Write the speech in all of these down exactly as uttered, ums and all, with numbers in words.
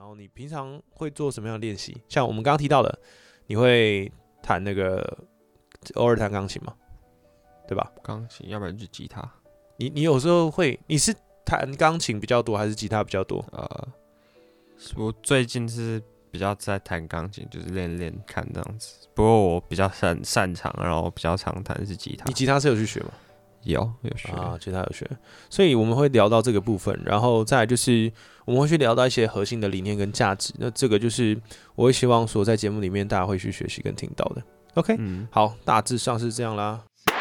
后你平常会做什么样的练习？像我们刚刚提到的，你会弹那个偶尔弹钢琴吗？对吧？ 钢琴，要不然就是吉他。 你你有时候会，你是弹钢琴比较多，还是吉他比较多？ 呃，我最近是比较在弹钢琴，就是练练看这样子。不过我比较擅擅长，然后比较常弹是吉他。 你吉他是有去学吗？ 有有学啊，吉他有学，所以我们会聊到这个部分，然后再来就是我们会去聊到一些核心的理念跟价值。那这个就是我会希望说在节目里面大家会去学习跟听到的。OK，、嗯、好，大致上是这样啦。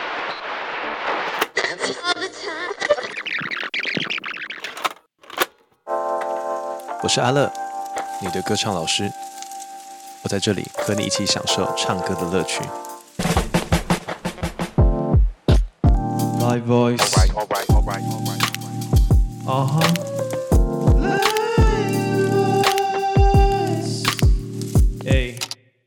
我是阿乐，你的歌唱老师。我在这里和你一起享受唱歌的乐趣。Live voice. Alright, alright, alright, alright, alright. Uh huh. Hey.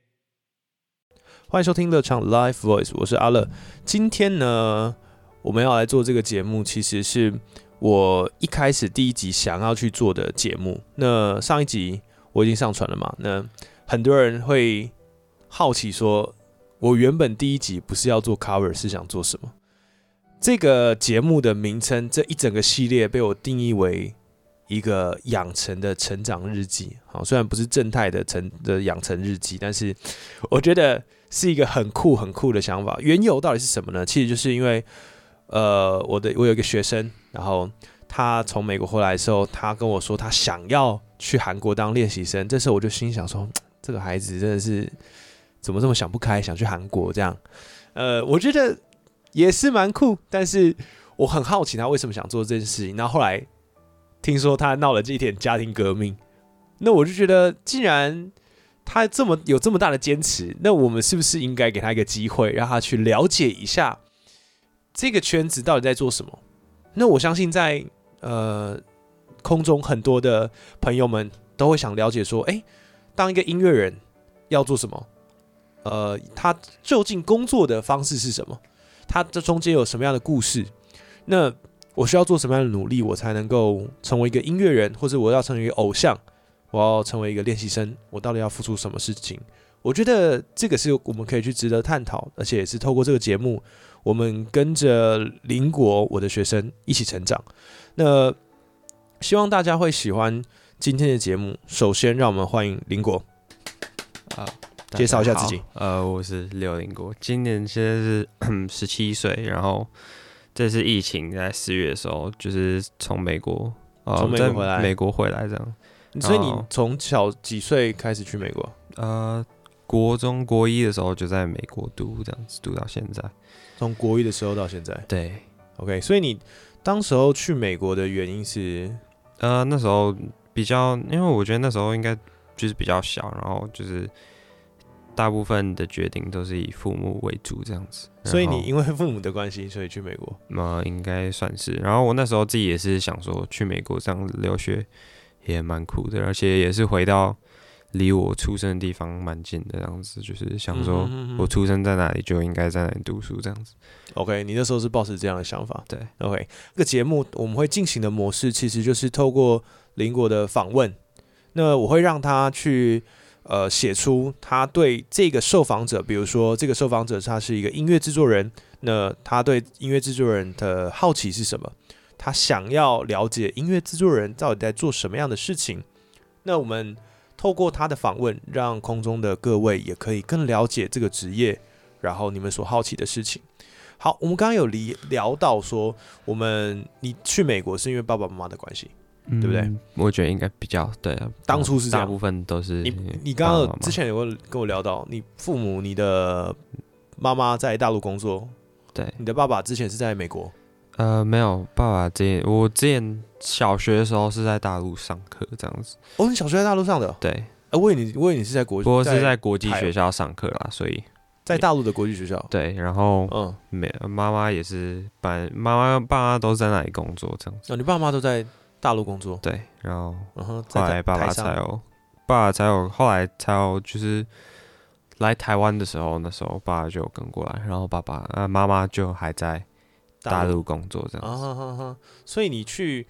欢迎收听乐唱 Live Voice， 我是阿乐。今天呢，我们要来做这个节目，其实是我一开始第一集想要去做的节目。那上一集我已经上传了嘛？那很多人会好奇说，我原本第一集不是要做 cover， 是想做什么？这个节目的名称，这一整个系列被我定义为一个养成的成长日记。好，虽然不是正态的成的养成日记，但是我觉得是一个很酷很酷的想法。缘由到底是什么呢？其实就是因为，呃，我的我有一个学生，然后他从美国回来的时候，他跟我说他想要去韩国当练习生。这时候我就心想说，这个孩子真的是怎么这么想不开，想去韩国这样。呃，我觉得也是蛮酷，但是我很好奇他为什么想做这件事情。然后后来听说他闹了这一点家庭革命，那我就觉得，既然他这么有这么大的坚持，那我们是不是应该给他一个机会，让他去了解一下这个圈子到底在做什么？那我相信在呃空中很多的朋友们都会想了解说，哎，当一个音乐人要做什么？呃，他究竟工作的方式是什么？他这中间有什么样的故事？那我需要做什么样的努力，我才能够成为一个音乐人，或者我要成为一个偶像，我要成为一个练习生，我到底要付出什么事情？我觉得这个是我们可以去值得探讨，而且也是透过这个节目，我们跟着邻国我的学生一起成长。那希望大家会喜欢今天的节目。首先，让我们欢迎邻国。啊。介绍一下自己。 呃，我是刘邻国，今年现在是十七岁，然后这次疫情在四月的时候，就是从美国，呃， 从美国回来， 美国回来这样。 所以你从小几岁开始去美国？ 呃，国中国一的时候就在美国读，这样子读到现在。 从国一的时候到现在。 对 ，OK， 所以你当时候去美国的原因是， 呃，那时候比较，因为我觉得那时候应该就是比较小，然后就是。大部分的决定都是以父母为主，这样子。 所以你因为父母的关系，所以去美国？ 呃，应该算是。然后我那时候自己也是想说，去美国这样留学也蛮酷的，而且也是回到离我出生的地方蛮近的，这样子。就是想说，我出生在哪里就应该在哪里读书，这样子。 OK， 你那时候是抱持这样的想法。 对 ，OK， 这个节目我们会进行的模式，其实就是透过邻国的访问，那我会让他去。呃，写出他对这个受访者，比如说这个受访者他是一个音乐制作人，那他对音乐制作人的好奇是什么？他想要了解音乐制作人到底在做什么样的事情。那我们透过他的访问，让空中的各位也可以更了解这个职业，然后你们所好奇的事情。好，我们刚刚有聊到说，我们你去美国是因为爸爸妈妈的关系。对不对、嗯？ 我觉得应该比较对啊。 当初是这样， 大部分都是你。你刚刚之前有跟我聊到，你父母、你的妈妈在大陆工作， 对， 你的爸爸之前是在美国。 呃，没有，爸爸之前我之前小学的时候是在大陆上课，这样子。 哦，你小学在大陆上的？ 对。 呃，我以为你，我以为你是在国， 不过是在国际学校上课啦，所以在大陆的国际学校。 对，然后嗯，没，妈妈也是，爸妈爸妈都在那里工作，这样子。 哦，你爸妈都在。大陆工作， 对，然后后来爸爸才有，爸爸才有，后来才有，就是来台湾的时候，那时候爸爸就有跟过来，然后爸爸呃妈妈就还在大陆工作这样子。 啊哈哈哈！所以你去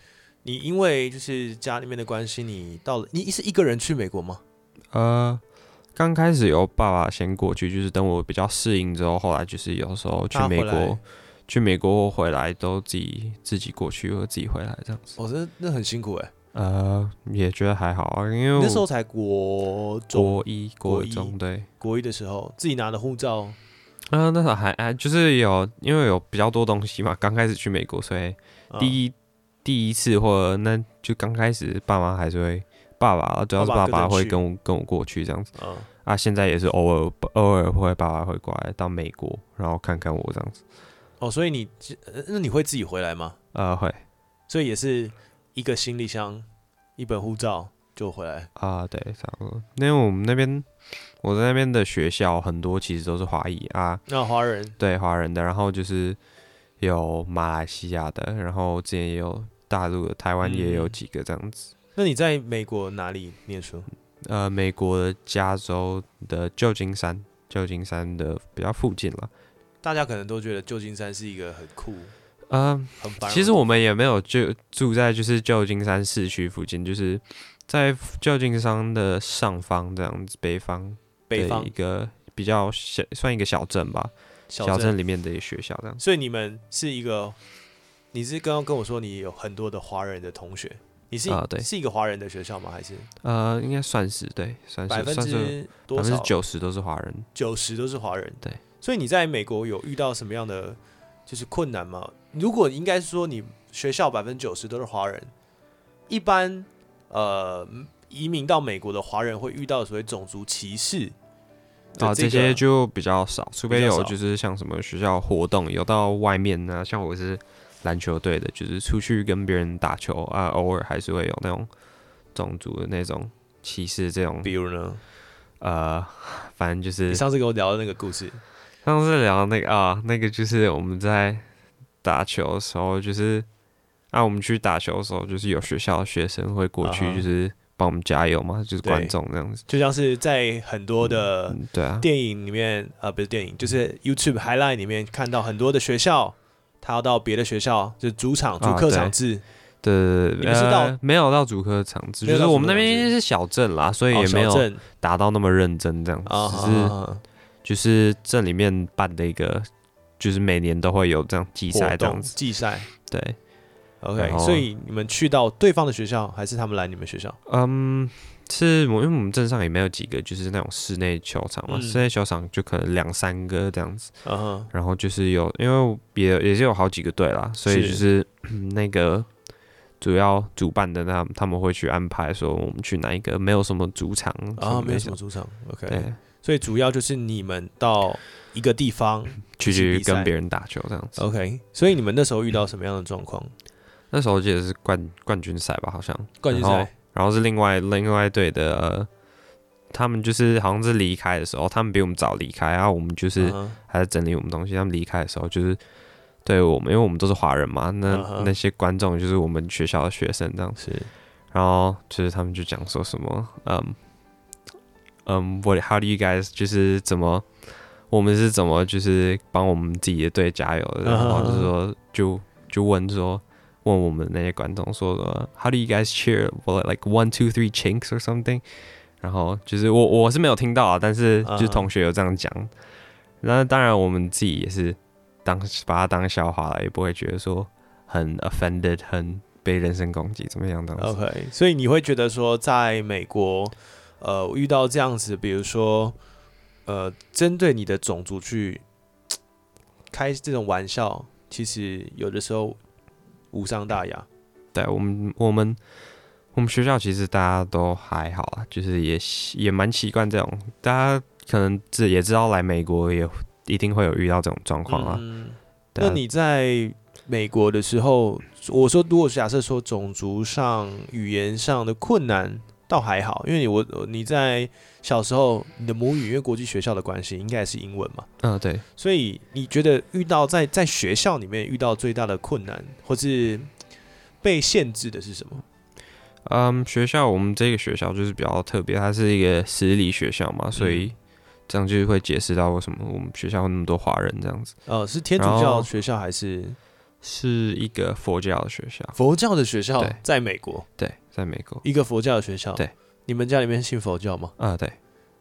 你因为就是家里面的关系，你到了，你是一个人去美国吗？ 呃，刚开始由爸爸先过去，就是等我比较适应之后，后来就是有时候去美国，去美国回来都自己自己过去或自己回来这样子。 哦，这那很辛苦哎。 呃，也觉得还好啊，因为那时候才国中、 国一、国中，对， 国一的时候自己拿的护照。 啊、呃，那时候还还就是有，因为有比较多东西嘛，刚开始去美国，所以第一、嗯、第一次或者那就刚开始，爸妈还是会。爸爸，主要是爸爸会跟我跟我过去这样子，嗯、啊，现在也是偶尔偶尔会爸爸会过来到美国，然后看看我这样子。 哦，所以你那你会自己回来吗？ 呃，会， 所以也是一个行李箱，一本护照就回来啊，对，差不多。因为我们那边我在那边的学校很多其实都是华裔啊， 那华人对华人的，然后就是有马来西亚的，然后之前也有大陆的，台湾也有几个这样子。嗯， 那你在美国哪里念书？ 呃，美国的加州的旧金山，旧金山的比较附近了。 大家可能都觉得旧金山是一个很酷， 呃， 很其实我们也没有就住在就是旧金山市区附近，就是在旧金山的上方这样子，北方北方一个比较小，算一个小镇吧，小镇里面的一个学校这样。 所以你们是一个，你是刚刚跟我说你有很多的华人的同学。你是、呃、是一个华人的学校吗？还是呃，应该算是对，算是百分之多少？ 百分之九十都是华人， 九十都是华人。 对， 所以你在美国有遇到什么样的就是困难吗？如果应该说你学校百分之九十都是华人，一般呃移民到美国的华人会遇到所谓种族歧视啊，这些就比较少，除非有就是像什么学校活动有到外面啊，像我是。篮球队的，就是出去跟别人打球啊，偶尔还是会有那种种族的那种歧视，这种。 比如呢？ 呃，反正就是你上次跟我聊的那个故事。 上次聊的那个啊，那个就是我们在打球的时候，就是啊，我们去打球的时候，就是有学校的学生会过去，就是帮我们加油嘛，就是观众这样子。 就像是在很多的电影里面，嗯、啊，不是电影，就是 YouTube highlight 里面看到很多的学校。他要到别的学校，就是主场、主客场制。 对对对，你们是到、呃、没有到主客场制，就是我们那边是小镇啦，所以也没有打到那么认真这样子，哦、只是就是镇里面办的一个，就是每年都会有这样季赛这样子。 季赛， 对 ，OK， 所以你们去到对方的学校，还是他们来你们学校？ 嗯。是，因为我们镇上也没有几个，就是那种室内球场嘛，嗯、室内球场就可能两三个这样子。Uh-huh. 然后就是有，因为也也是有好几个队啦，所以就是那个主要主办的他他们会去安排说我们去哪一个，没有什么主场啊，没有什么主场 ，OK。对，所以主要就是你们到一个地方去去跟别人打球这样子。 OK， 所以你们那时候遇到什么样的状况？ 那时候我记得是冠冠军赛吧，好像冠军赛。 然后是另外另外队的、呃，他们就是好像是离开的时候，他们比我们早离开，然后我们就是还在整理我们东西。他们离开的时候，就是对我们，因为我们都是华人嘛，那、uh-huh. 那些观众就是我们学校的学生这样子。然后就是他们就讲说什么，嗯嗯 ，What how do you guys 就是怎么我们是怎么就是帮我们自己的队加油的， uh-huh. 然后就说就就问说。问我们那些观众说的 ，How do you guys cheer? Well, like one, two, three chinks or something？ 然后就是我我是没有听到啊，但是就是同学有这样讲。Uh-huh. 那当然我们自己也是当把它当笑话了，也不会觉得说很 offended， 很被人身攻击怎么样这样子。 OK， 所以你会觉得说，在美国，呃，遇到这样子，比如说，呃，针对你的种族去开这种玩笑，其实有的时候。无伤大雅， 对我们我们我们学校其实大家都还好啦，就是也也蛮习惯这种，大家可能也知道来美国也一定会有遇到这种状况啦。嗯、 那你在美国的时候，我说如果假设说种族上、语言上的困难，倒还好，因为你我你在小时候你的母语因为国际学校的关系，应该也是英文嘛。 嗯，对。 所以你觉得遇到在在学校里面遇到最大的困难，或是被限制的是什么？ 嗯，学校我们这个学校就是比较特别，它是一个私立学校嘛，所以这样就会解释到为什么我们学校有那么多华人这样子。 呃，是天主教学校还是？ 是一个佛教的学校。 佛教的学校在美国？ 对，在美国一个佛教的学校。 对， 你们家里面信佛教吗？ 啊，对。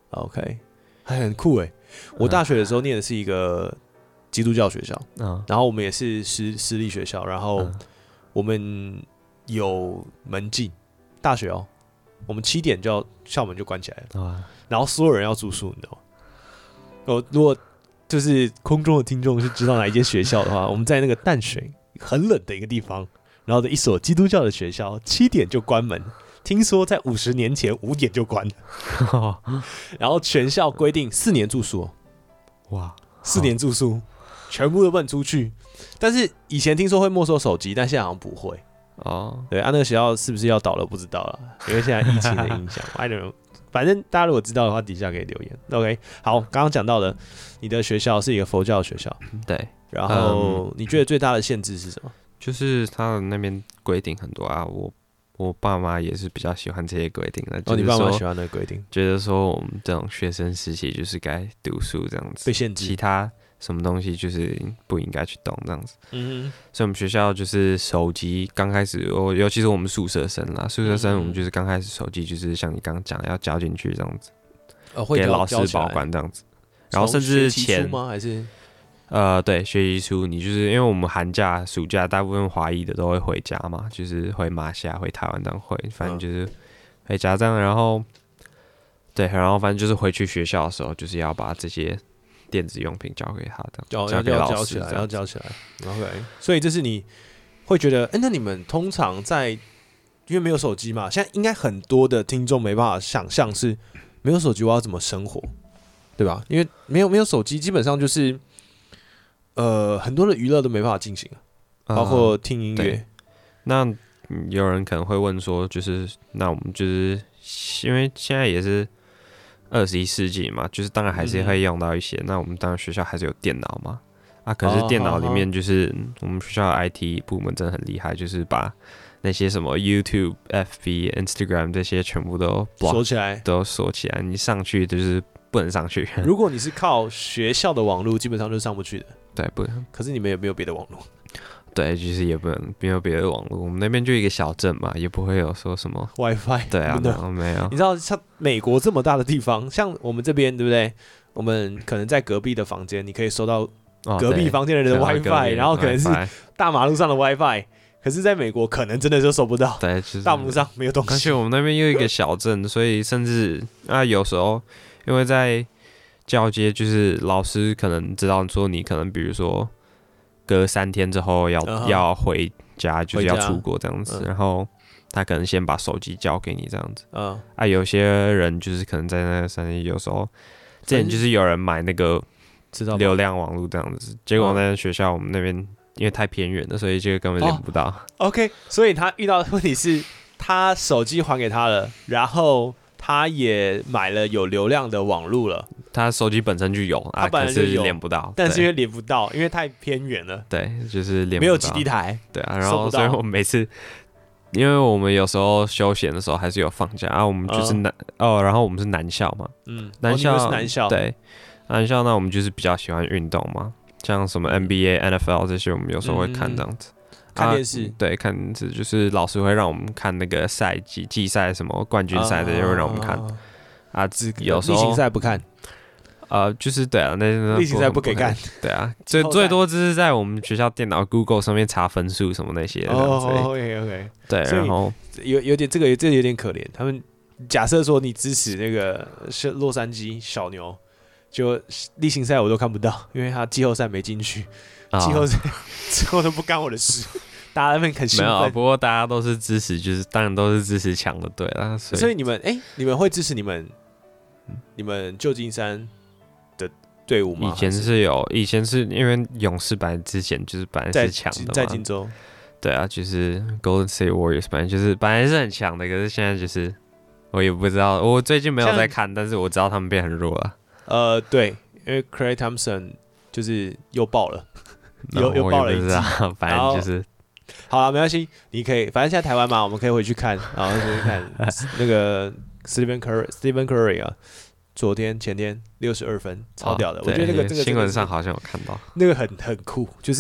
OK， 还很酷哎。我大学的时候念的是一个基督教学校，嗯，然后我们也是私私立学校，然后我们有门禁，大学哦，我们七点就要校门就关起来了，啊，然后所有人要住宿，你知道吗？哦，如果就是空中的听众是知道哪一间学校的话，我们在那个淡水很冷的一个地方，然后的一所基督教的学校，七点就关门。听说在五十年前五点就关了，然后全校规定四年住宿，哇，四年住宿，全部都不能出去。但是以前听说会没收手机，但现在好像不会。哦，对，啊，那个学校是不是要倒了不知道了，因为现在疫情的影响。I don't know， 反正大家如果知道的话，底下可以留言。OK， 好，刚刚讲到的，你的学校是一个佛教学校， 对。 然后你觉得最大的限制是什么？ 就是他的那边规定很多啊，我。我爸妈也是比较喜欢这些规定的。 哦，你爸妈喜欢那个规定， 觉得说我们这种学生时期就是该读书这样子， 被限制， 其他什么东西就是不应该去动这样子。嗯，所以我们学校就是手机刚开始，我尤其是我们宿舍生啦，宿舍生我们就是刚开始手机就是像你刚刚讲要交进去这样子，哦，会给老师保管这样子，然后甚至钱吗？还是？ 呃，对，学习书，你就是因为我们寒假、暑假大部分华裔的都会回家嘛，就是回马夏、回台湾这样回，反正就是回家这样，然后对，然后反正就是回去学校的时候，就是要把这些电子用品交给他的， 交交给老师， 要交起来。OK， 所以这是你会觉得，哎、欸，那你们通常在因为没有手机嘛，现在应该很多的听众没办法想象是没有手机我要怎么生活，对吧？因为没有没有手机，基本上就是。呃，很多的娱乐都没办法进行，包括听音乐。 呃、那有人可能会问说，就是那我们就是因为现在也是二十一世纪嘛，就是当然还是会用到一些。嗯、那我们当然学校还是有电脑嘛，啊，可是电脑里面就是我们学校的 I T 部门真的很厉害，就是把那些什么 YouTube、F B、Instagram 这些全部都锁起来， 都锁起来，你上去就是不能上去。 如果你是靠学校的网络，基本上就是上不去的。 对，不能。 可是你们有没有别的网络？ 对，就是也不能没有别的网络。我们那边就一个小镇嘛，也不会有说什么 WiFi。 对啊，没有。 你知道像美国这么大的地方，像我们这边对不对？我们可能在隔壁的房间，你可以收到隔壁房间的人的 WiFi，、哦、然后可能是大马路上的 WiFi。可是在美国可能真的就收不到。 对，就是大马路上没有东西。 而且我们那边又一个小镇，所以甚至啊，有时候因为在交接，就是老师可能知道说你可能比如说隔三天之后要、uh-huh. 要回家，就是要出国这样子，然后他可能先把手机交给你这样子。嗯、uh-huh. 啊，有些人就是可能在那个三天，有时候之前就是有人买那个流量网络这样子，结果那学校我们那边因为太偏远了，所以这个根本连不到。 Oh, OK， 所以他遇到的问题是他手机还给他了，然后他也买了有流量的网路了， 他手机本身就有， 他本身就有， 可是连不到， 但是因为连不到，因为太偏远了， 对，就是连不到， 没有基地台， 对啊，然后所以我们每次，因为我们有时候休闲的时候还是有放假啊，我们就是南、嗯、哦，然后我们是南校嘛，嗯，南校、哦、 是南校， 对，南校那我们就是比较喜欢运动嘛，像什么 N B A、N F L 这些，我们有时候会看这样子。嗯看电视、 啊，对，看电视就是老师会让我们看那个赛季、季赛什么冠军赛的，也会让我们看。啊，有时候例行赛不看， 呃，就是对啊，那例行赛不给看， 对啊，最最多只是在我们学校电脑 Google 上面查分数什么那些的。 哦 ，OK OK， 对，然后有有点这个这个有点可怜。他们假设说你支持那个是洛杉矶小牛，就例行赛我都看不到，因为他季后赛没进去。季后赛之后都不干我的事，大家那边很兴奋。 没有，不过大家都是支持，就是当然都是支持强的队啦。所以, 所以你们哎、欸，你们会支持你们你们旧金山的队伍吗？ 以前是有，以前是因为勇士本来之前就是本来是强的嘛， 在金州。 对啊，就是 Golden State Warriors 本来就是本来是很强的，可是现在就是我也不知道，我最近没有在看，但是我知道他们变很弱了。 呃，对，因为 Klay Thompson 就是又爆了。又又爆了一次， 反正就是好了，没关系，你可以，反正现在台湾嘛，我们可以回去看，然后回去看那个 Stephen Curry，Stephen Curry 啊，昨天前天六十二分，超屌的，哦、我觉得那个这个新闻上好像有看到， 那个很很酷，就是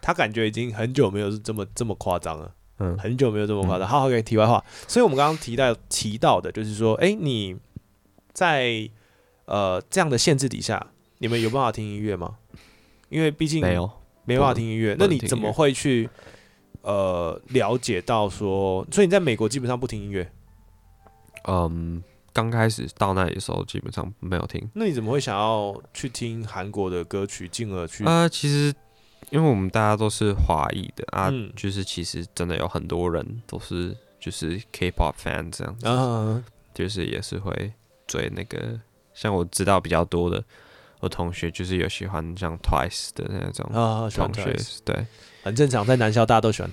他感觉已经很久没有这么这么夸张了， 嗯， 很久没有这么夸张。好，好，给题外话，所以我们刚刚提到提到的就是说，哎、欸，你在呃这样的限制底下，你们有办法听音乐吗？因为毕竟没有没办法听音乐，那你怎么会去呃了解到说，所以你在美国基本上不听音乐？ 嗯，刚开始到那里的时候基本上没有听。 那你怎么会想要去听韩国的歌曲，进而去？ 呃，其实因为我们大家都是华裔的啊、 嗯， 就是其实真的有很多人都是就是 K-pop fan 这样子， 啊， 就是也是会追那个，像我知道比较多的，我同学就是有喜欢像 Twice 的那种啊，喜欢同学， Twice， 对， 很正常，在南校大家都喜欢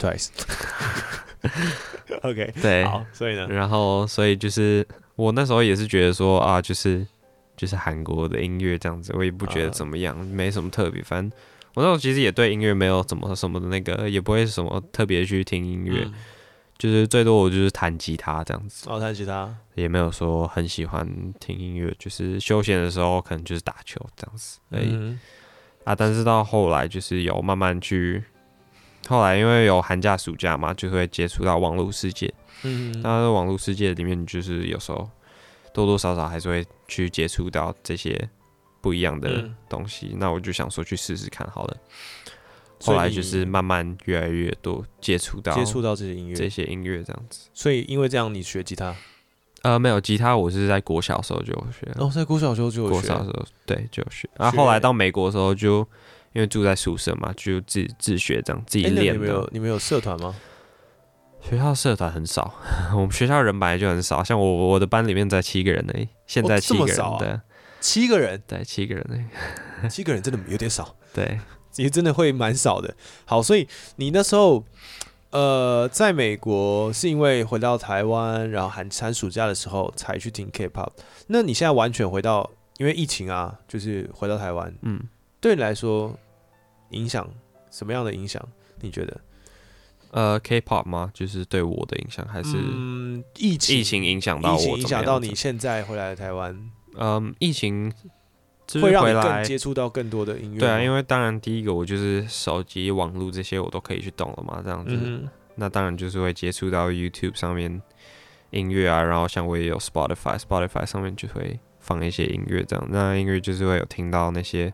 Twice。OK， 对， 好，所以呢， 然后所以就是我那时候也是觉得说啊，就是就是韩国的音乐这样子，我也不觉得怎么样，没什么特别，反正我那时候其实也对音乐没有怎么什么的那个，也不会什么特别去听音乐。 嗯， 就是最多我就是弹吉他这样子， 哦，弹吉他， 也没有说很喜欢听音乐，就是休闲的时候可能就是打球这样子而已、 嗯， 啊。但是到后来就是有慢慢去，后来因为有寒假暑假嘛，就会接触到网络世界。 嗯， 那网络世界里面就是有时候多多少少还是会去接触到这些不一样的东西。嗯、那我就想说去试试看好了。后来就是慢慢越来越多接触到接触到这些音乐， 这些音乐这样子。 所以因为这样，你学吉他？ 呃，没有，吉他我是在国小的时候就有学。 哦，在国小的时候就有学。 国小的时候对就有学。然后后来到美国的时候就，因为住在宿舍嘛，就自自学这样自己练。 你们有你们有社团吗？ 学校社团很少，我们学校人本来就很少，像我我的班里面才七个人而已，现在七个人， 哦、 对、啊， 七个人， 对，七个人而已， 七个人真的有点少， 对。 其实真的会蛮少的。好，所以你那时候，呃，在美国是因为回到台湾，然后寒寒暑假的时候才去听 K-pop。那你现在完全回到，因为疫情啊，就是回到台湾，嗯，对你来说影响什么样的影响？你觉得？ 呃 ，K-pop 吗？就是对我的影响，还是嗯，疫情疫情影响到我， 疫情影响到你现在回来台湾？ 嗯，疫情。 会让你更接触到更多的音乐。 对啊，因为当然第一个我就是手机、网络这些我都可以去动了嘛，这样子。嗯、那当然就是会接触到 YouTube 上面音乐啊，然后像我也有 Spotify，Spotify 上面就会放一些音乐这样。那音乐就是会有听到那些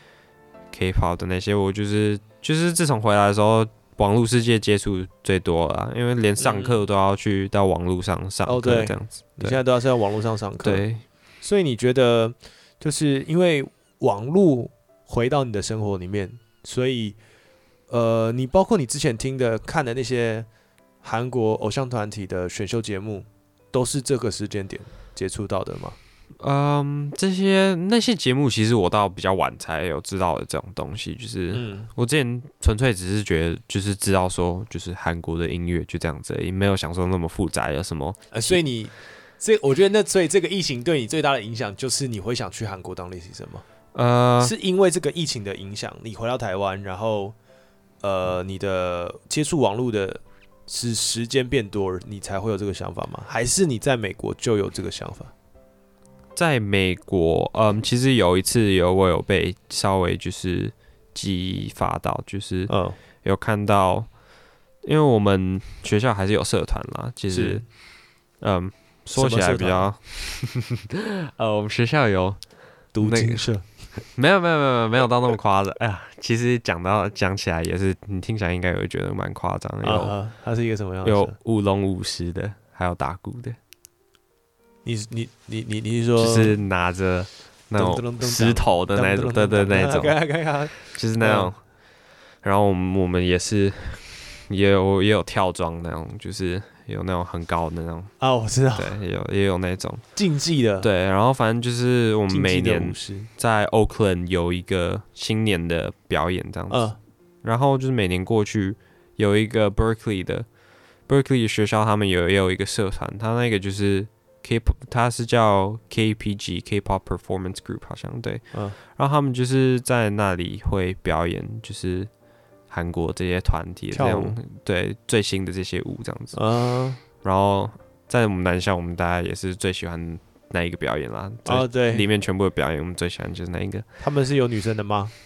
K-pop 的那些，我就是就是自从回来的时候，网络世界接触最多了啦，因为连上课都要去到网络上上课这样子。 哦、你现在都要在网络上上课。 对， 所以你觉得？就是因为网络回到你的生活里面，所以呃，你包括你之前听的、看的那些韩国偶像团体的选秀节目，都是这个时间点接触到的吗？ 嗯，这些那些节目其实我到比较晚才有知道的这种东西，就是我之前纯粹只是觉得就是知道说就是韩国的音乐就这样子而已，没有想说那么复杂有什么、 呃，所以你。这我觉得那所以这个疫情对你最大的影响就是你会想去韩国当练习生吗？呃，是因为这个疫情的影响，你回到台湾，然后呃，你的接触网络的时时间变多，你才会有这个想法吗？还是你在美国就有这个想法？ 在美国，嗯，其实有一次有我有被稍微就是激发到，就是有看到，因为我们学校还是有社团啦，其实，嗯。说起来比较，呃，我们学校有读经社、 那個，没有没有没有没有到那么夸张。哎呀，其实讲到讲起来也是，你听起来应该会觉得蛮夸张的。有、 啊，它是一个什么样的？ 有舞龙舞狮的，还有打鼓的。 你你你你你是说， 就是拿着那种石头的那种，对对那种，就是那种。然后我们我们也是也有也有跳桩那种，就是有那种很高的那种啊，我知道， 对，也有也有那种竞技的， 对。然后反正就是我们每年在 Oakland 有一个新年的表演这样子，嗯、然后就是每年过去有一个 Berkeley 的 Berkeley 学校，他们有也有一个社团，他那个就是 K， 他是叫 K P G K-pop Performance Group 好像对，嗯，然后他们就是在那里会表演，就是韩国这些团体的这种对最新的这些舞这样子，嗯，然后在我们南校，我们大家也是最喜欢那一个表演啦，哦对，里面全部的表演我们最喜欢就是那一个。 他们是有女生的吗？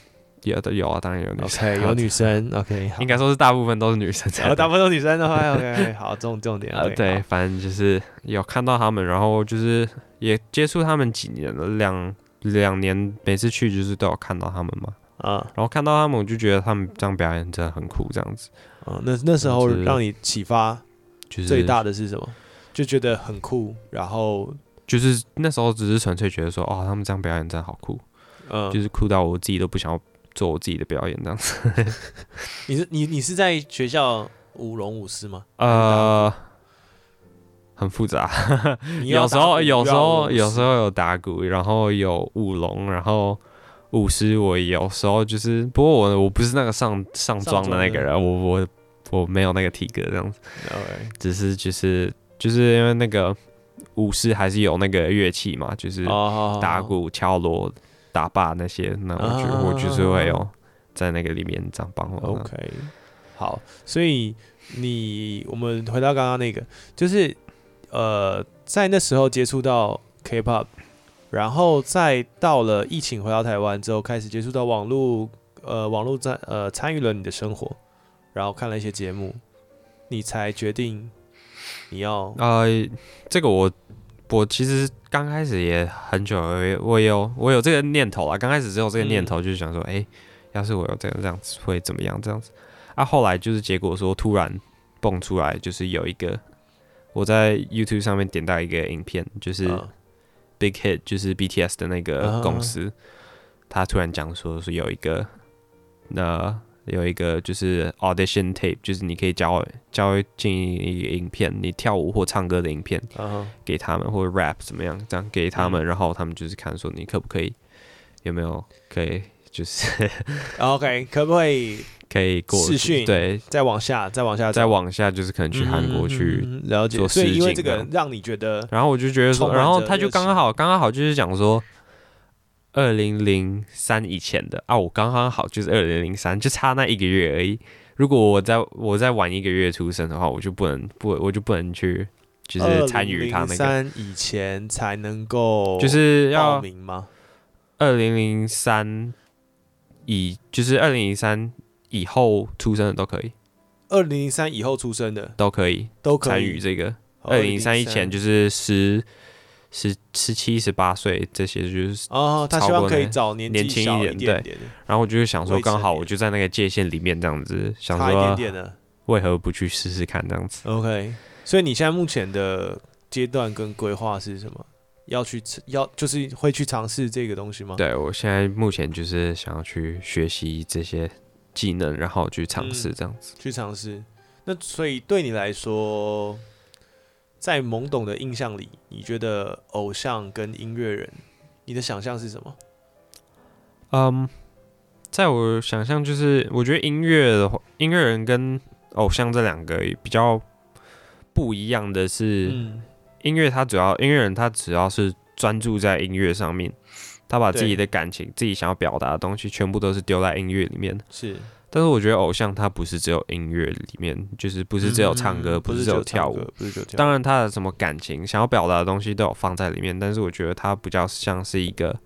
有的有啊，当然有女生。 OK， 有女生。OK， 应该说是大部分都是女生才。 大部分都是女生的话 ，OK， 好，重重点。 呃，对，反正就是有看到他们，然后就是也接触他们几年了，两两年，每次去就是都有看到他们嘛。啊，然后看到他们，我就觉得他们这样表演真的很酷，这样子。 啊，那那时候让你启发最大的是什么？就觉得很酷，然后就是那时候只是纯粹觉得说，哦，他们这样表演真的好酷，嗯，就是酷到我自己都不想要做我自己的表演这样子。 你是你你是在学校舞龙舞狮吗？ 呃，很复杂，有时候有时候有时候有打鼓，然后有舞龙，然后舞狮我有时候就是，不过我我不是那个上上妆的那个人，我我我没有那个体格这样子， okay. 只是就是就是因为那个舞狮还是有那个乐器嘛，就是打鼓、敲锣、打靶那些，那我觉得我就是会有在那个里面这样帮我。 OK， 好，所以你我们回到刚刚那个，就是呃，在那时候接触到 K-pop， 然后再到了疫情回到台湾之后，开始接触到网络，呃，网络在呃参与了你的生活，然后看了一些节目，你才决定你要呃，这个我我其实刚开始也很久了，我有我有这个念头啦，刚开始只有这个念头，就是想说，哎、嗯欸，要是我有这个这样子会怎么样这样子。啊，后来就是结果说突然蹦出来，就是有一个我在 YouTube 上面点到一个影片，就是 Big Hit， 就是 B T S 的那个公司，他、uh huh. 突然讲说是有一个那。有一个就是 audition tape， 就是你可以交交进一个影片，你跳舞或唱歌的影片、uh huh. 给他们，或者 rap 怎么样，这样给他们，嗯、然后他们就是看说你可不可以，有没有可以就是 OK， 可不可以可以过视讯？ 对， 再往下，再往下， 再往下就是可能去韩国去做、嗯嗯、了解。 所以因为这个让你觉得， 然后我就觉得说，然后他就刚刚好，刚刚好就是讲说。二零零三以前的啊，我刚刚好就是二零零三，就差那一个月而已。如果我再我再晚一个月出生的话，我就不能不我就不能去就是参与他那个。零三以前才能够就是要报名吗？ 二零零三以就是二零零三以后出生的都可以。 二零零三以后出生的都可以， 都可以参与这个。二零零三以前就是十。十十七、十八岁这些就是哦，他希望可以找年年轻一点，对。然后我就想说，刚好我就在那个界限里面这样子，想说， 差一点点的， 为何不去试试看这样子 ？OK， 所以你现在目前的阶段跟规划是什么？要去要就是会去尝试这个东西吗？ 对，我现在目前就是想要去学习这些技能，然后去尝试这样子、 嗯。去尝试。那所以对你来说？在懵懂的印象里，你觉得偶像跟音乐人，你的想象是什么？ 嗯，在我想象就是，我觉得音乐的话，音乐人跟偶像这两个比较不一样的是，嗯、音乐他主要音乐人他只要是专注在音乐上面，他把自己的感情、自己想要表达的东西，全部都是丢在音乐里面。 是。 但是我觉得偶像他不是只有音乐里面，就是不是只有唱歌，嗯、不是只有跳舞， 不是只有跳舞。 当然他的什么感情、想要表达的东西都有放在里面，但是我觉得他比较像是一个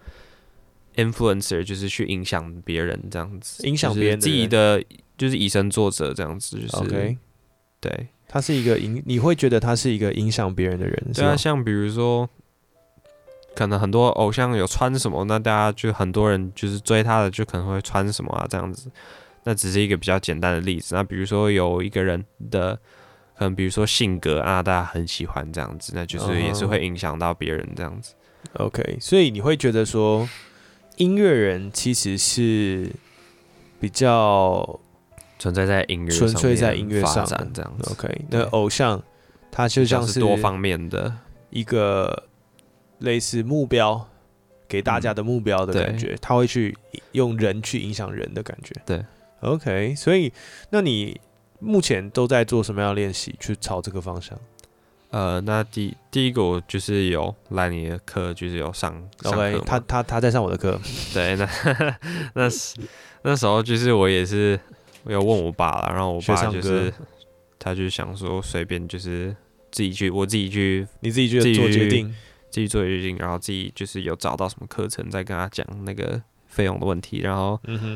influencer， 就是去影响别人这样子， 影响别人自己的就是以身作则这样子，就是 OK， 对， 他是一个影，你会觉得他是一个影响别人的人， 对啊，像比如说。可能很多偶像有穿什么，那大家就很多人就是追他的，就可能会穿什么啊这样子。那只是一个比较简单的例子。那比如说有一个人的，可能比如说性格啊，大家很喜欢这样子，那就是也是会影响到别人这样子。 Uh-huh. OK， 所以你会觉得说，音乐人其实是比较存在在音乐纯粹在音乐上这样子。 OK， 那偶像他就像是多方面的一个。类似目标给大家的目标的感觉，嗯、他会去用人去影响人的感觉。 对 ，OK， 所以那你目前都在做什么样的练习去朝这个方向？ 呃，那第第一个我就是有来你的课，就是有上上课 ，OK， 他他他在上我的课。 对，那那那时候就是我也是有问我爸了，然后我爸就是他就想说随便就是自己去，我自己去， 你自己去做决定。 自己做决定，然后自己就是有找到什么课程，再跟他讲那个费用的问题，然后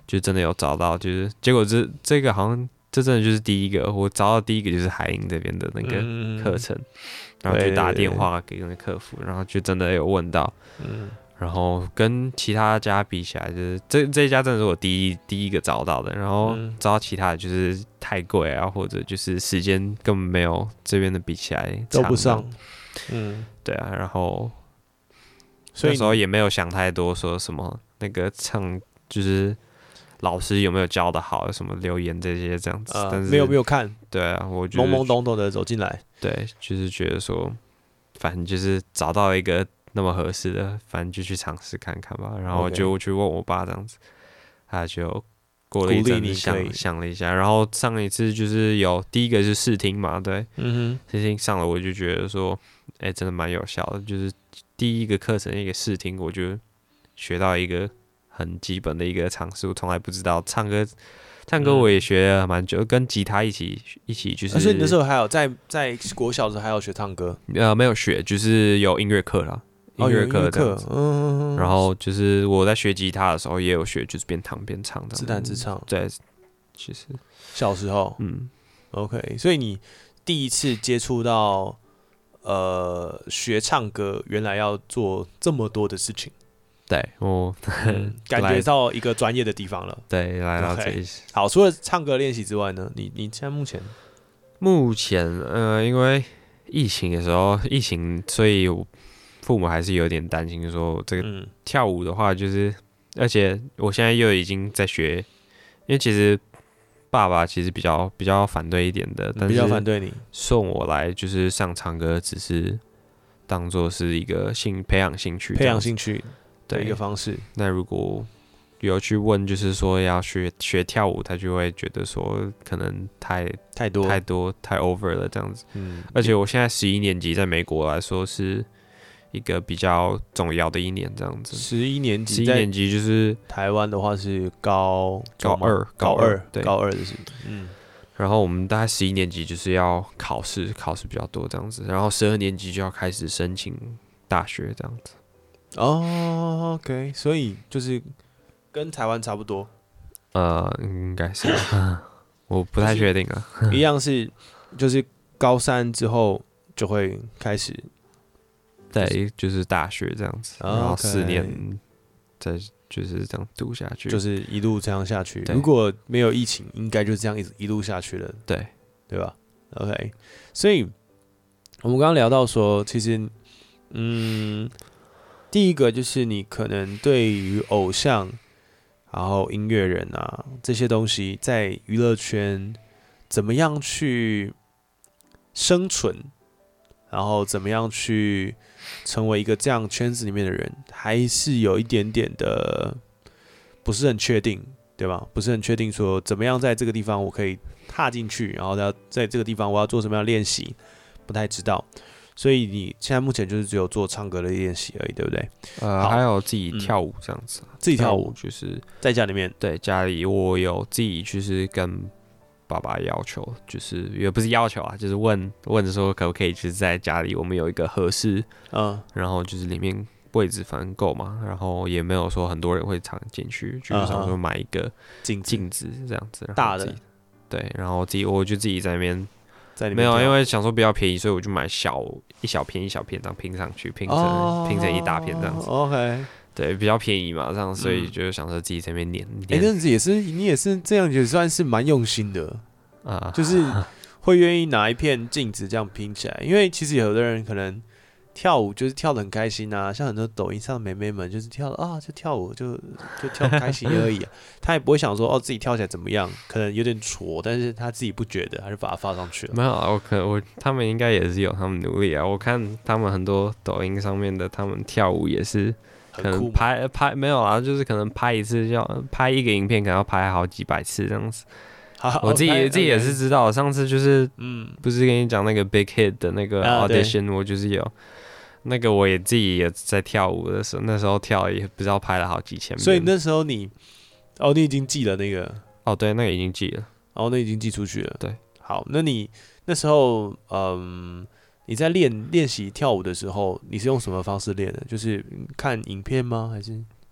就真的有找到，就是结果这这个好像这真的就是第一个，我找到第一个就是海鹰这边的那个课程，嗯、然后就打电话给那个客服，然后就真的有问到，嗯，然后跟其他家比起来，就是这这一家真的是我第一第一个找到的，然后找到其他的就是太贵啊，或者就是时间根本没有这边的比起来都不上，嗯， 对啊，然后所以那时候也没有想太多，说什么那个唱就是老师有没有教的好，什么留言这些这样子，呃、但是没有没有看， 对啊，我觉得懵懵懂懂的走进来， 对，就是觉得说，反正就是找到一个那么合适的，反正就去尝试看看吧。然后就去问我爸这样子，他就过了一阵子想想了一下，然后上一次就是有第一个是试听嘛，对，嗯哼，试听上了我就觉得说，哎、欸，真的蛮有效的，就是第一个课程一个试听，我就学到一个很基本的一个常识，我从来不知道唱歌。唱歌我也学了蛮久，跟吉他一起一起就是。 所以你那时候还有在在国小的时候还有学唱歌？ 呃，没有学，就是有音乐课啦，音乐课这样子。嗯。然后就是我在学吉他的时候也有学，就是边弹边唱的。 自弹自唱。 对，其实小时候，嗯 ，OK， 所以你第一次接触到呃学唱歌，原来要做这么多的事情。 对，我、 嗯、感觉到一个专业的地方了。 对，来到这里。 Okay. 好，除了唱歌练习之外呢，你你现在目前目前呃，因为疫情的时候，疫情，所以我父母还是有点担心，说这个跳舞的话，就是，嗯、而且我现在又已经在学，因为其实爸爸其实比较比较反对一点的，但是比较反对你送我来就是上唱歌，只是当做是一个兴培养兴趣， 培养兴趣。的一个方式。 那如果有去问，就是说要学学跳舞，他就会觉得说可能太太多太多太 over 了这样子。嗯，而且我现在十一年级，在美国来说是一个比较重要的一年，这样子。 十一年级， 十一年级就是台湾的话是高高二， 高二， 对， 高二的是嗯。 然后我们大概十一年级就是要考试，考试比较多这样子。然后十二年级就要开始申请大学这样子。 哦、oh, ，OK， 所以就是跟台湾差不多， 呃，应该是，我不太确定啊。 一样是，就是高三之后就会开始， 对，就是大学这样子， oh, 然后四年再就是这样读下去， 就是一路这样下去。如果没有疫情，应该就这样一一路下去了， 对， 对吧 ？OK， 所以我们刚刚聊到说，其实，嗯。第一个就是你可能对于偶像，然后音乐人啊这些东西，在娱乐圈怎么样去生存，然后怎么样去成为一个这样圈子里面的人，还是有一点点的不是很确定，对吧？不是很确定说怎么样在这个地方我可以踏进去，然后在这个地方我要做什么样的练习，不太知道。所以你现在目前就是只有做唱歌的练习而已，对不对？ 呃，还有自己跳舞这样子、啊嗯， 自己跳舞就是在家里面。 对，家里我有自己就是跟爸爸要求，就是也不是要求啊，就是问问说可不可以就是在家里我们有一个合适，嗯，然后就是里面位置反正够嘛，然后也没有说很多人会常进去，就是想说买一个镜镜子这样子， 大的， 对，然后自己我就自己在那边。没有，因为想说比较便宜，所以我就买小一小片一小片，这样拼上去，拼成、oh, 拼成一大片这样子。 OK， 对，比较便宜嘛，这样，所以就想说自己在那边练。 哎、欸，那也是你也是这样，也算是蛮用心的啊，就是会愿意拿一片镜子这样拼起来，因为其实有的人可能跳舞就是跳得很开心啊，像很多抖音上的妹妹们就是跳啊，就跳舞就就跳开心而已、啊，她也不会想说哦自己跳起来怎么样，可能有点挫，但是她自己不觉得，她就把它放上去了。 没有啊，我可我他们应该也是有他们努力啊，我看他们很多抖音上面的，他们跳舞也是可能拍拍没有啊，就是可能拍一次要拍一个影片，可能要拍好几百次这样子。我自己、okay, 自己也是知道，上次就是嗯，不是跟你讲那个 Big Hit 的那个 audition，、啊、我就是有。那个我也自己也在跳舞的时候，那时候跳也不知道拍了好几千遍。 所以那时候你，哦，你已经记了那个， 哦，对，那个已经记了， 哦，那已经寄出去了。 对， 好，那你那时候，嗯，你在练练习跳舞的时候，你是用什么方式练的？就是看影片吗？还是？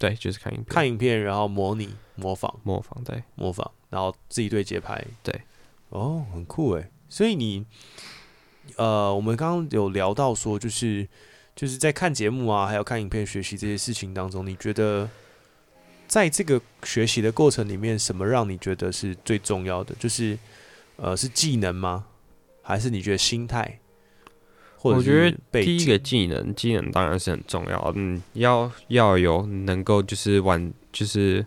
对，就是看影片， 看影片，然后模拟、模仿、 模仿，对， 模仿，然后自己对节拍。 对， 哦，很酷哎。所以你，呃，我们刚刚有聊到说，就是就是在看节目啊，还有看影片学习这些事情当中，你觉得在这个学习的过程里面，什么让你觉得是最重要的？就是呃，是技能吗？还是你觉得心态？或者我觉是得第一个技能，技能当然是很重要，嗯，要要有能够就是完就是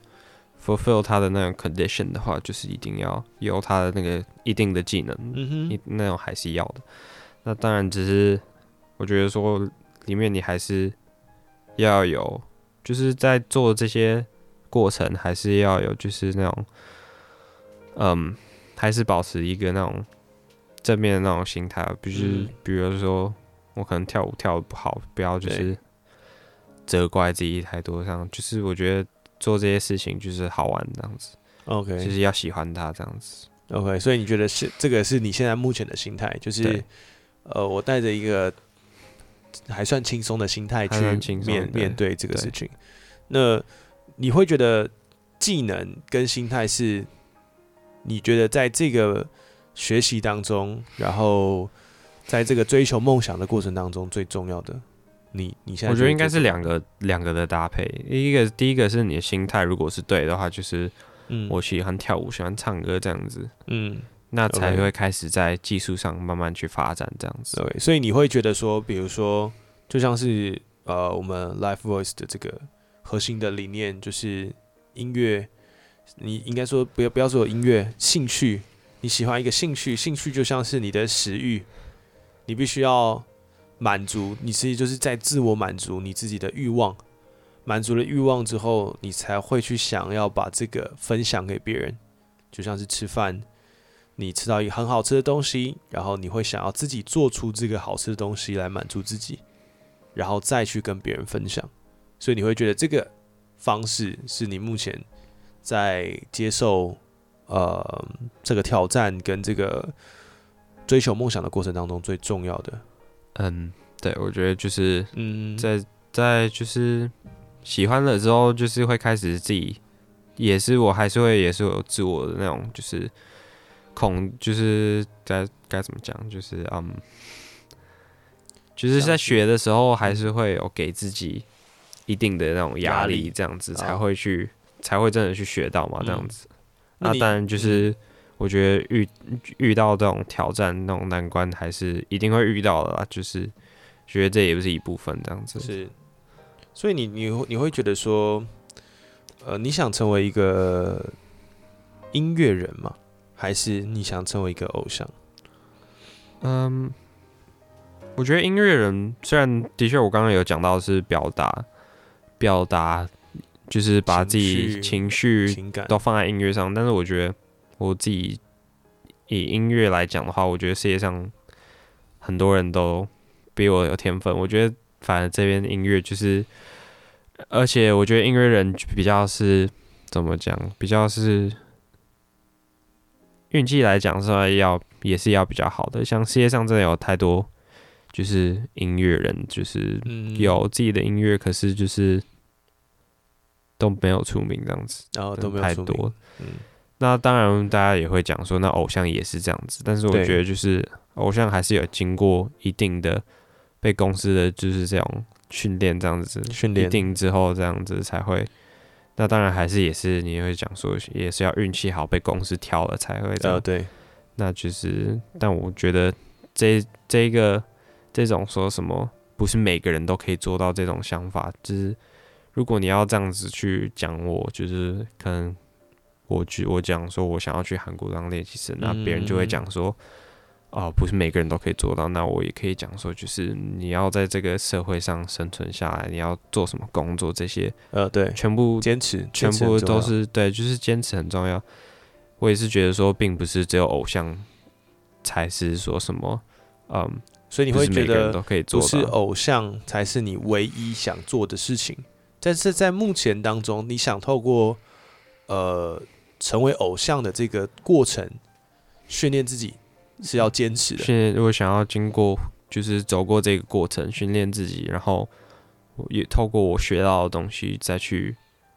fulfill 他的那种 condition 的话，就是一定要有他的那个一定的技能， 嗯哼， 那种还是要的。那当然只是我觉得说里面你还是要有，就是在做这些过程还是要有就是那种，嗯，还是保持一个那种正面的那种心态，不是、嗯、比如说我可能跳舞跳得不好，不要就是责怪自己太多，上就是我觉得做这些事情就是好玩这样子 ，OK， 就是要喜欢它这样子 ，OK， 所以你觉得是这个是你现在目前的心态，就是呃，我带着一个还算轻松的心态去面面对这个事情，那你会觉得技能跟心态是你觉得在这个学习当中，然后在这个追求梦想的过程当中最重要的，你你现在我觉得应该是两个两个的搭配。一个第一个是你的心态，如果是对的话，就是我喜欢跳舞，喜欢唱歌这样子，嗯，那才会开始在技术上慢慢去发展这样子。 对，所以你会觉得说，比如说，就像是呃我们 Live Voice 的这个核心的理念，就是音乐，你应该说不要不要说音乐兴趣。你喜欢一个兴趣，兴趣就像是你的食欲，你必须要满足，你其实就是在自我满足你自己的欲望，满足了欲望之后，你才会去想要把这个分享给别人，就像是吃饭，你吃到一个很好吃的东西，然后你会想要自己做出这个好吃的东西来满足自己，然后再去跟别人分享，所以你会觉得这个方式是你目前在接受呃，这个挑战跟这个追求梦想的过程当中最重要的， 嗯，对，我觉得就是嗯，在在就是喜欢了之后，就是会开始自己也是我还是会也是有自我的那种就是恐，就是该该怎么讲，就是嗯，就是在学的时候还是会有给自己一定的那种压力，这样子才会去、哦、才会真的去学到嘛，这样子。嗯那当然就是，我觉得遇遇到这种挑战、那种难关，还是一定会遇到的啦。就是觉得这也不是一部分这样子。 是，所以你你你会觉得说，呃，你想成为一个音乐人吗？还是你想成为一个偶像？ 嗯，我觉得音乐人虽然的确我刚刚有讲到是表达表达。就是把自己情绪都放在音乐上，但是我觉得我自己以音乐来讲的话，我觉得世界上很多人都比我有天分。我觉得反而这边音乐就是，而且我觉得音乐人比较是怎么讲，比较是运气来讲是要也是要比较好的。像世界上真的有太多就是音乐人，就是有自己的音乐，可是就是。都没有出名这样子， 然后、哦、都没有太多。嗯，那当然大家也会讲说，那偶像也是这样子，但是我觉得就是偶像还是有经过一定的被公司的就是这种训练，这样子训练一定之后这样子才会。那当然还是也是你会讲说，也是要运气好被公司挑了才会这样。 哦、对， 那就是，但我觉得这这个这种说什么不是每个人都可以做到这种想法，就是。如果你要这样子去讲我，就是可能我我讲说我想要去韩国当练习生，那别人就会讲说，哦，不是每个人都可以做到。那我也可以讲说，就是你要在这个社会上生存下来，你要做什么工作，这些呃，对， 全部坚持， 全部都是对，就是坚持很重要。我也是觉得说，并不是只有偶像才是说什么，嗯， 所以你会觉得不是偶像才是你唯一想做的事情。但是在目前当中，你想透过呃成为偶像的这个过程，训练自己是要坚持的。 训练，如果想要经过，就是走过这个过程，训练自己，然后也透过我学到的东西，再去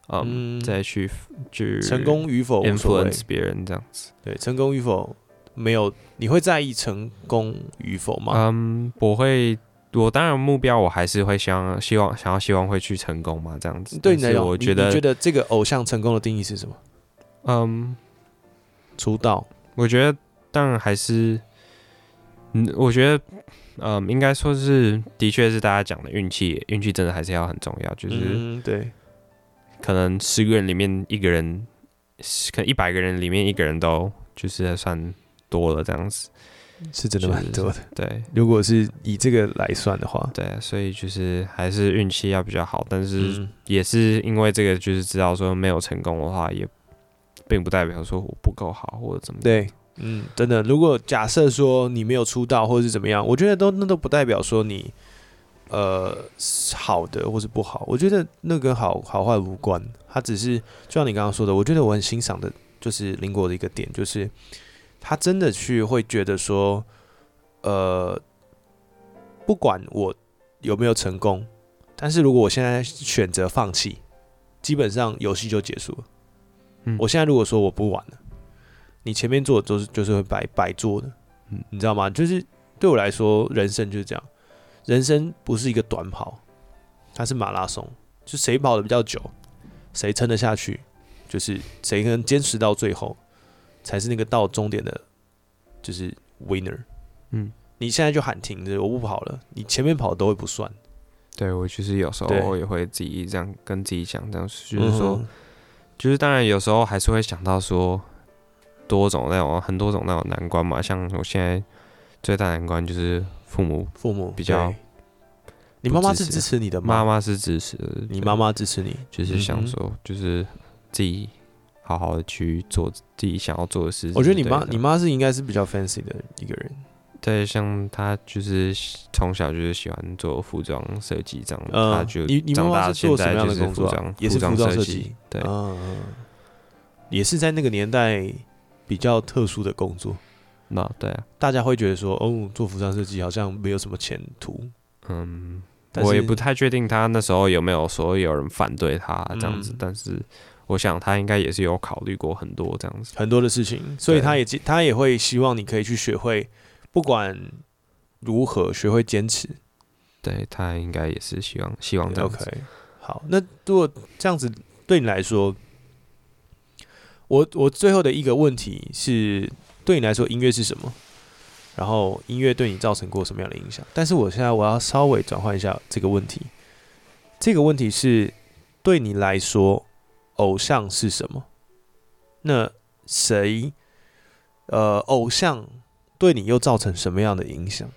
嗯，嗯再去去成功与否 influence 别人这样子。 对，成功与否没有，你会在意成功与否吗？ 嗯，我会，我当然目标我还是会想希望想要希望会去成功嘛，这样子。 对你来讲， 我觉得你觉得这个偶像成功的定义是什么？ 嗯， 出道， 我觉得当然还是，嗯，我觉得，嗯，应该说是，的确是大家讲的运气，运气真的还是要很重要，就是， 嗯，对， 可能十个人里面一个人，可能一百个人里面一个人都就是算多了这样子， 是真的蛮多的。 就是、对， 如果是以这个来算的话， 对，所以就是还是运气要比较好，但是也是因为这个，就是知道说没有成功的话，也并不代表说我不够好或者怎么样。 对，嗯，真的，如果假设说你没有出道或者是怎么样，我觉得都那都不代表说你呃好的或是不好，我觉得那跟好好坏无关，它只是就像你刚刚说的，我觉得我很欣赏的就是林国的一个点，就是他真的去会觉得说，呃，不管我有没有成功，但是如果我现在选择放弃，基本上游戏就结束了。嗯、我现在如果说我不玩了，你前面做的都是就是会白白做的，嗯，你知道吗？就是对我来说，人生就是这样，人生不是一个短跑，它是马拉松，就谁跑的比较久，谁撑得下去，就是谁能坚持到最后，才是那个到终点的，就是 winner。嗯，你现在就喊停的，我不跑了，你前面跑的都会不算。 对，我就是有时候也会自己这样跟自己讲，这样就是说。嗯就是当然有时候还是会想到说多种那种很多种那种难关嘛，像我现在最大难关就是父母父母比较， 你妈妈是支持你的吗？ 妈妈是支持的， 你妈妈支持你， 就是想说就是自己好好的去做自己想要做的事情。 我觉得你妈你妈是应该是比较 fancy 的一个人。 对，像她就是从小就是喜欢做服装设计这样， 嗯、 她就你你妈妈是做什么样的工作、 啊？ 也是服装设计，对， 嗯，也是在那个年代比较特殊的工作。 那对啊， 大家会觉得说，哦，做服装设计好像没有什么前途。 嗯，我也不太确定他那时候有没有说有人反对他这样子，嗯、但是我想他应该也是有考虑过很多这样子很多的事情，所以他也他也会希望你可以去学会。不管如何，学会坚持。 对，他应该也是希望希望这样子。 OK， 好，那如果这样子对你来说，我我最后的一个问题是，对你来说音乐是什么？然后音乐对你造成过什么样的影响？但是我现在我要稍微转换一下这个问题。这个问题是对你来说，偶像是什么？那谁？呃，偶像。对你又造成什么样的影响？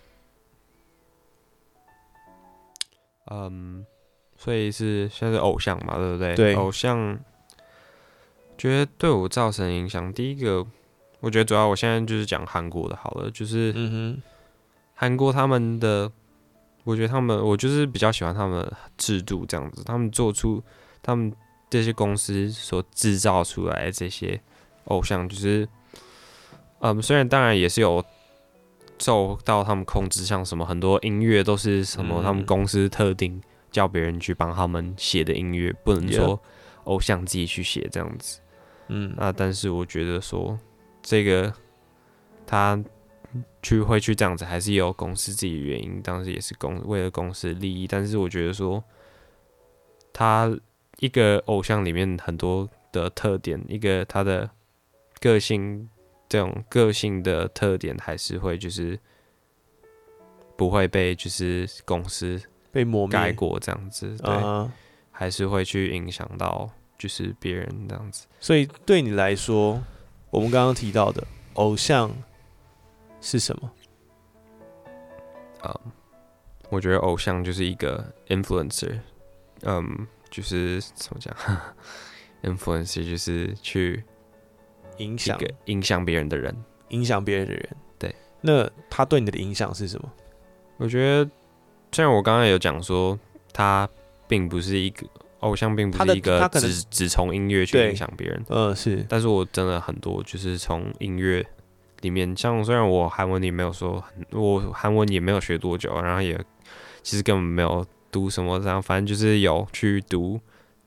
嗯，所以是现在是偶像嘛，对不对？ 对， 偶像觉得对我造成影响，第一个，我觉得主要我现在就是讲韩国的好了，就是韩国他们的，我觉得他们，我就是比较喜欢他们的制度这样子，他们做出他们这些公司所制造出来的这些偶像，就是。嗯，虽然当然也是有受到他们控制，像什么很多音乐都是什么他们公司特定叫别人去帮他们写的音乐，不能说偶像自己去写这样子。嗯，那但是我觉得说这个他去会去这样子，还是有公司自己的原因，当时也是公为了公司的利益。但是我觉得说他一个偶像里面很多的特点，一个他的个性。这种个性的特点还是会就是不会被就是公司被磨灭盖过这样子，对， uh-huh. 还是会去影响到就是别人这样子。 所以对你来说，我们刚刚提到的偶像是什么？ 嗯，我觉得偶像就是一个 influencer， 嗯，就是怎么讲，influencer 就是去。 影响一个影响别人的人， 影响别人的人， 对。 那他对你的影响是什么？ 我觉得，虽然我刚刚有讲说，他并不是一个偶像，并不是一个只只从音乐去影响别人， 呃，是。 但是我真的很多就是从音乐里面，像虽然我韩文也没有说，我韩文也没有学多久，然后也其实根本没有读什么这样，反正就是有去读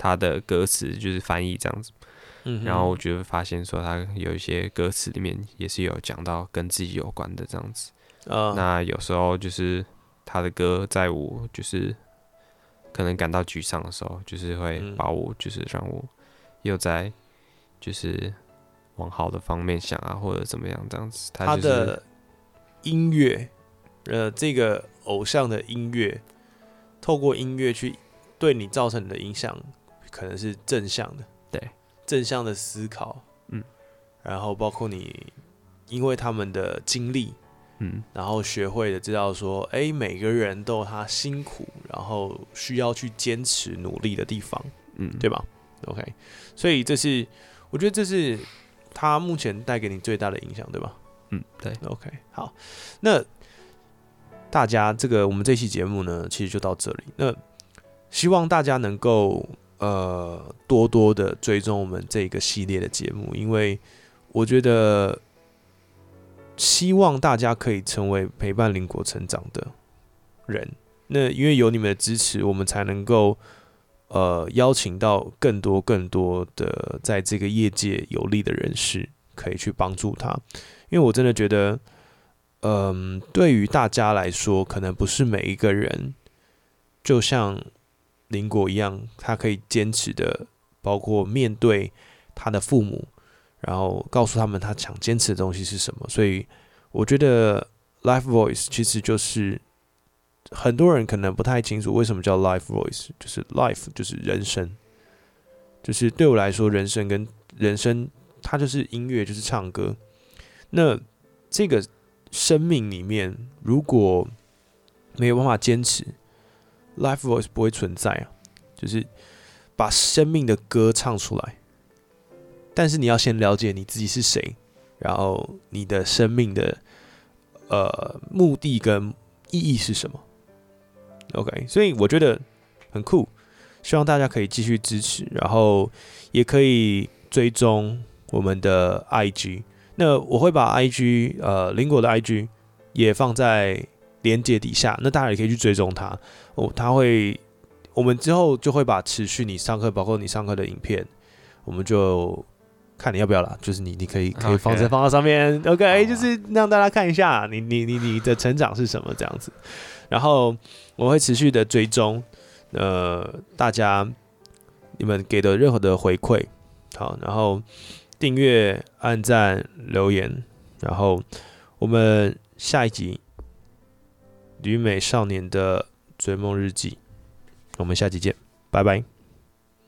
他的歌词就是翻译这样子。 嗯， 然后我就发现说他有一些歌词里面也是有讲到跟自己有关的这样子。Uh, 那有时候就是他的歌在我就是可能感到沮丧的时候，就是会把我就是让我又在就是往好的方面想啊，或者怎么样这样子。他、就是、 他的音乐，呃，这个偶像的音乐，透过音乐去对你造成的影响，可能是正向的， 对， 正向的思考， 嗯， 然后包括你因为他们的经历。 嗯， 然后学会的知道说，哎，每个人都有他辛苦，然后需要去坚持努力的地方， 嗯， 对吧 ？OK， 所以这是我觉得这是他目前带给你最大的影响，对吧？ 嗯，对。 OK， 好，那大家这个我们这期节目呢，其实就到这里。那希望大家能够呃多多的追踪我们这个系列的节目，因为我觉得。希望大家可以成为陪伴邻国成长的人。那因为有你们的支持，我们才能够呃邀请到更多更多的在这个业界有力的人士，可以去帮助他。因为我真的觉得，嗯、呃，对于大家来说，可能不是每一个人，就像邻国一样，他可以坚持的，包括面对他的父母。然后告诉他们他想坚持的东西是什么，所以我觉得 Life Voice 其实就是很多人可能不太清楚为什么叫 Life Voice， 就是 Life 就是人生，就是对我来说，人生跟人生它就是音乐，就是唱歌。那这个生命里面，如果没有办法坚持 ，Life Voice 不会存在啊，就是把生命的歌唱出来。但是你要先了解你自己是谁，然后你的生命的呃目的跟意义是什么 ？OK， 所以我觉得很酷，希望大家可以继续支持，然后也可以追踪我们的 I G。那我会把 I G 呃邻国的 I G 也放在连结底下，那大家也可以去追踪它。哦，它会我们之后就会把持续你上课，包括你上课的影片，我们就。看你要不要啦，就是你，你可以可以放在放到上面 ，OK，, okay、啊、就是让大家看一下你你你你的成长是什么这样子。然后我会持续的追踪，呃，大家你们给的任何的回馈，好，然后订阅、按赞、留言，然后我们下一集《旅美少年的追梦日记》，我们下集见，拜拜。